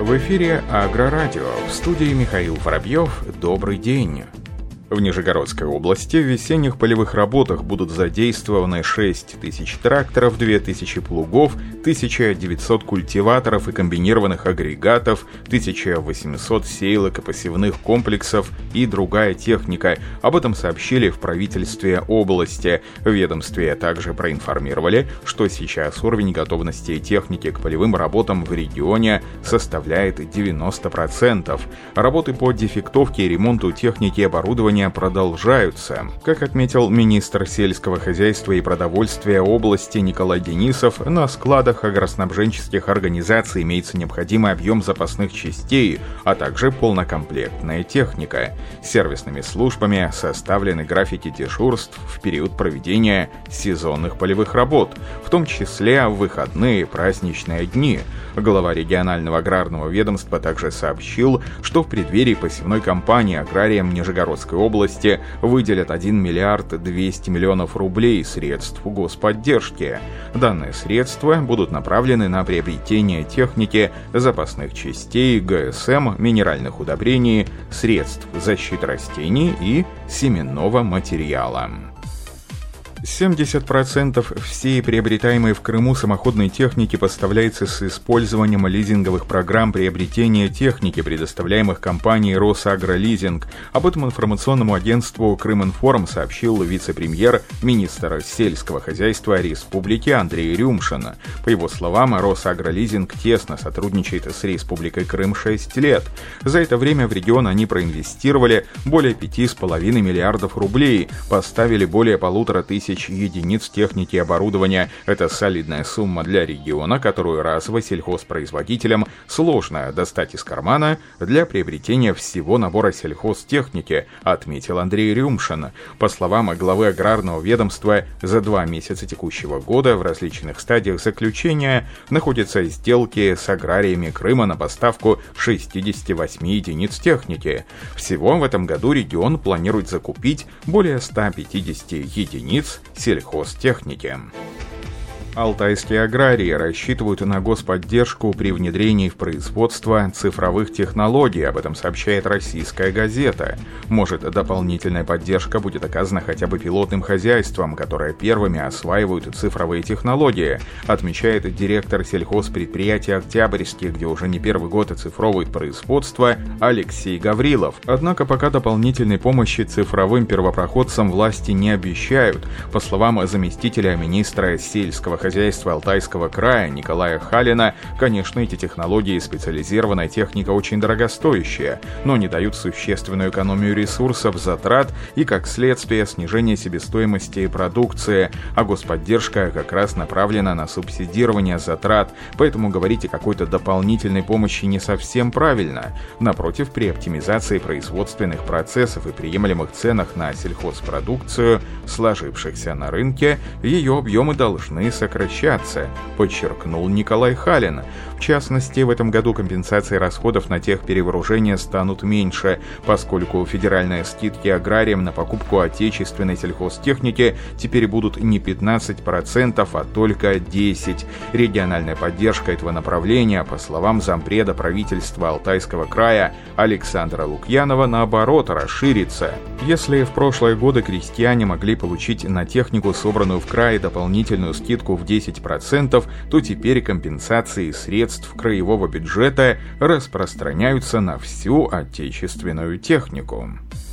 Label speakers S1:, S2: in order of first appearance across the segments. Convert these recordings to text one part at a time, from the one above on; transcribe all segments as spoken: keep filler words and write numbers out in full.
S1: В эфире Агрорадио. В студии Михаил Воробьев. Добрый день. В Нижегородской области в весенних полевых работах будут задействованы шесть тысяч тракторов, две тысячи плугов, тысяча девятьсот культиваторов и комбинированных агрегатов, тысяча восемьсот сеялок и посевных комплексов и другая техника. Об этом сообщили в правительстве области. В ведомстве также проинформировали, что сейчас уровень готовности техники к полевым работам в регионе составляет девяносто процентов. Работы по дефектовке и ремонту техники и оборудования продолжаются. Как отметил министр сельского хозяйства и продовольствия области Николай Денисов, на складах агроснабженческих организаций имеется необходимый объем запасных частей, а также полнокомплектная техника. Сервисными службами составлены графики дежурств в период проведения сезонных полевых работ, в том числе в выходные и праздничные дни. Глава регионального аграрного ведомства также сообщил, что в преддверии посевной кампании аграриям Нижегородской области выделят один миллиард двести миллионов рублей средств господдержки. Данные средства будут направлены на приобретение техники, запасных частей, ГСМ, минеральных удобрений, средств защиты растений и семенного материала. семьдесят процентов всей приобретаемой в Крыму самоходной техники поставляется с использованием лизинговых программ приобретения техники, предоставляемых компанией «Росагролизинг». Об этом информационному агентству «Крыминформ» сообщил вице-премьер, министр сельского хозяйства республики Андрей Рюмшин. По его словам, «Росагролизинг» тесно сотрудничает с Республикой Крым шесть лет. За это время в регион они проинвестировали более пяти с половиной миллиардов рублей, поставили более полутора тысяч единиц техники и оборудования. Это солидная сумма для региона, которую разово сельхозпроизводителям сложно достать из кармана для приобретения всего набора сельхозтехники, отметил Андрей Рюмшин. По словам главы аграрного ведомства, за два месяца текущего года в различных стадиях заключения находятся сделки с аграриями Крыма на поставку шестьдесят восемь единиц техники. Всего в этом году регион планирует закупить более ста пятидесяти единиц сельхозтехники. Алтайские аграрии рассчитывают на господдержку при внедрении в производство цифровых технологий. Об этом сообщает «Российская газета». Может, дополнительная поддержка будет оказана хотя бы пилотным хозяйствам, которые первыми осваивают цифровые технологии, отмечает директор сельхозпредприятия «Октябрьский», где уже не первый год оцифровывает производство, Алексей Гаврилов. Однако пока дополнительной помощи цифровым первопроходцам власти не обещают. По словам заместителя министра сельского хозяйства Алтайского края Николая Халина, конечно, эти технологии и специализированная техника очень дорогостоящие, но не дают существенную экономию ресурсов, затрат и, как следствие, снижение себестоимости продукции, а господдержка как раз направлена на субсидирование затрат, поэтому говорить о какой-то дополнительной помощи не совсем правильно. Напротив, при оптимизации производственных процессов и приемлемых ценах на сельхозпродукцию, сложившихся на рынке, ее объемы должны сокращаться. сокращаться, подчеркнул Николай Халин. В частности, в этом году компенсации расходов на техперевооружение станут меньше, поскольку федеральные скидки аграриям на покупку отечественной сельхозтехники теперь будут не пятнадцать процентов, а только десять процентов. Региональная поддержка этого направления, по словам зампреда правительства Алтайского края Александра Лукьянова, наоборот, расширится. Если в прошлые годы крестьяне могли получить на технику, собранную в крае, дополнительную скидку в десять процентов, то теперь компенсации средств краевого бюджета распространяются на всю отечественную технику.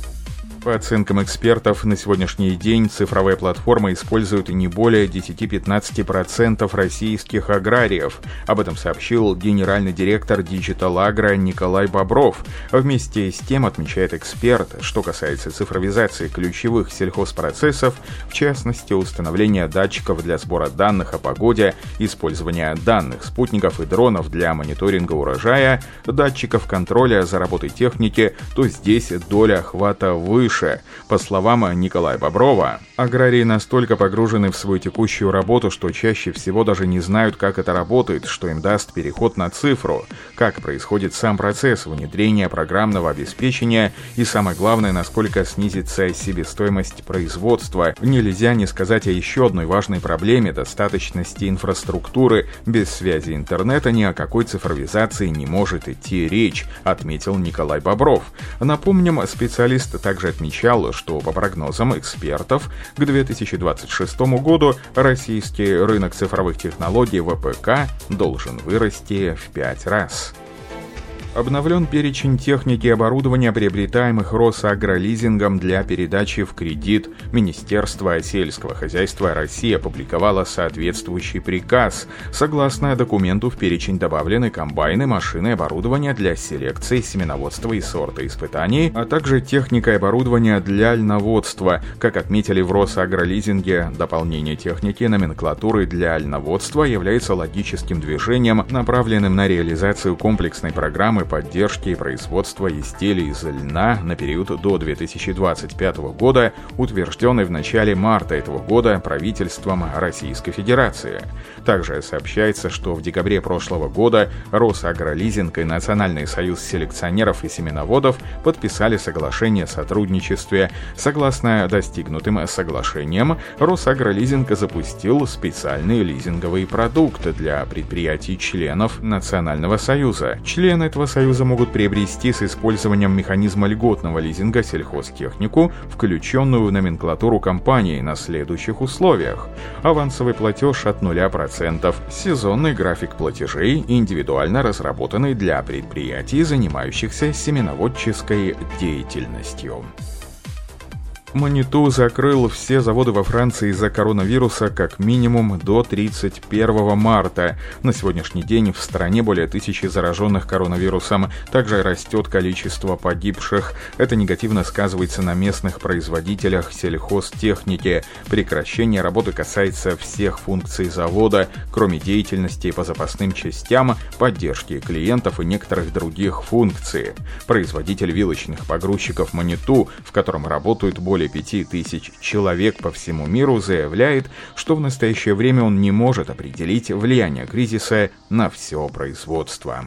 S1: По оценкам экспертов, на сегодняшний день цифровые платформы используют не более десять-пятнадцать процентов российских аграриев. Об этом сообщил генеральный директор Digital Agro Николай Бобров. Вместе с тем, отмечает эксперт, что касается цифровизации ключевых сельхозпроцессов, в частности, установления датчиков для сбора данных о погоде, использования данных спутников и дронов для мониторинга урожая, датчиков контроля за работой техники, то здесь доля охвата выше. По словам Николая Боброва, Аграрии настолько погружены в свою текущую работу, что чаще всего даже не знают, как это работает, что им даст переход на цифру, как происходит сам процесс внедрения программного обеспечения и, самое главное, насколько снизится себестоимость производства. Нельзя не сказать о еще одной важной проблеме – достаточности инфраструктуры. Без связи интернета ни о какой цифровизации не может идти речь, отметил Николай Бобров. Напомним, специалист также отмечал, что по прогнозам экспертов, к две тысячи двадцать шестому году российский рынок цифровых технологий вэ пэ ка должен вырасти в пять раз. Обновлен перечень техники и оборудования, приобретаемых Росагролизингом для передачи в кредит. Министерство сельского хозяйства России опубликовало соответствующий приказ. Согласно документу, в перечень добавлены комбайны, машины и оборудование для селекции, семеноводства и сортоиспытаний, а также техника и оборудование для льноводства. Как отметили в Росагролизинге, дополнение техники и номенклатуры для льноводства является логическим движением, направленным на реализацию комплексной программы поддержки и производства изделий из льна на период до две тысячи двадцать пятого года, утвержденный в начале марта этого года правительством Российской Федерации. Также сообщается, что в декабре прошлого года Росагролизинг и Национальный союз селекционеров и семеноводов подписали соглашение о сотрудничестве. Согласно достигнутым соглашениям, Росагролизинг запустил специальный лизинговый продукт для предприятий-членов Национального союза. Члены этого союза могут приобрести с использованием механизма льготного лизинга сельхозтехнику, включенную в номенклатуру компании, на следующих условиях: авансовый платеж от нуля процентов, сезонный график платежей, индивидуально разработанный для предприятий, занимающихся семеноводческой деятельностью. Маниту закрыл все заводы во Франции из-за коронавируса как минимум до тридцать первого марта. На сегодняшний день в стране более тысячи зараженных коронавирусом. Также растет количество погибших. Это негативно сказывается на местных производителях сельхозтехники. Прекращение работы касается всех функций завода, кроме деятельности по запасным частям, поддержки клиентов и некоторых других функций. Производитель вилочных погрузчиков Маниту, в котором работают более пяти тысяч человек по всему миру, заявляет, что в настоящее время он не может определить влияние кризиса на все производство.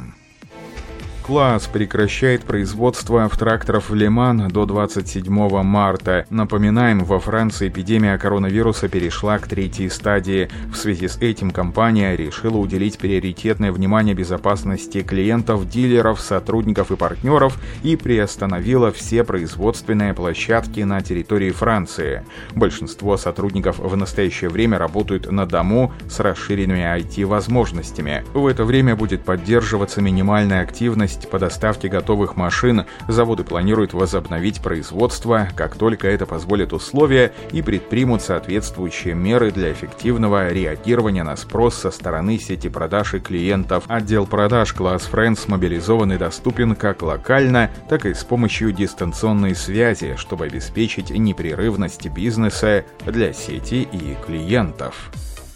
S1: Класс прекращает производство тракторов Леман до двадцать седьмого марта. Напоминаем, во Франции эпидемия коронавируса перешла к третьей стадии. В связи с этим компания решила уделить приоритетное внимание безопасности клиентов, дилеров, сотрудников и партнеров и приостановила все производственные площадки на территории Франции. Большинство сотрудников в настоящее время работают на дому с расширенными ай ти-возможностями. В это время будет поддерживаться минимальная активность по доставке готовых машин. Заводы планируют возобновить производство, как только это позволит условия, и предпримут соответствующие меры для эффективного реагирования на спрос со стороны сети продаж и клиентов. Отдел продаж Класс Френдс мобилизован и доступен как локально, так и с помощью дистанционной связи, чтобы обеспечить непрерывность бизнеса для сети и клиентов.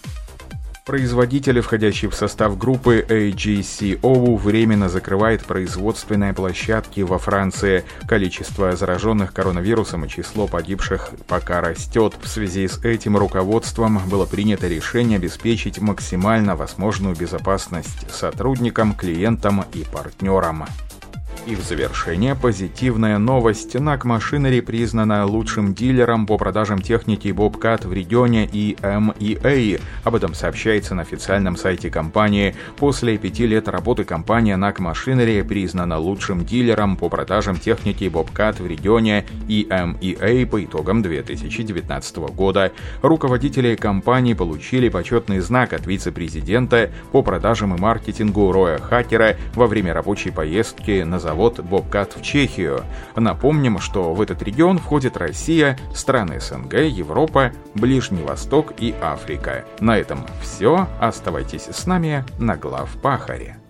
S1: Производитель, входящий в состав группы эй джи си о, временно закрывает производственные площадки во Франции. Количество зараженных коронавирусом и число погибших пока растет. В связи с этим руководством было принято решение обеспечить максимально возможную безопасность сотрудникам, клиентам и партнерам. И в завершение позитивная новость. нак Machinery признана лучшим дилером по продажам техники Bobcat в регионе и эм и эй. Об этом сообщается на официальном сайте компании. После пяти лет работы компания нак Machinery признана лучшим дилером по продажам техники Bobcat в регионе и эм и эй по итогам две тысячи девятнадцатого года. Руководители компании получили почетный знак от вице-президента по продажам и маркетингу Роя Хакера во время рабочей поездки на завод Bobcat в Чехию. Напомним, что в этот регион входят Россия, страны эс эн гэ, Европа, Ближний Восток и Африка. На этом все. Оставайтесь с нами на Главпахаре.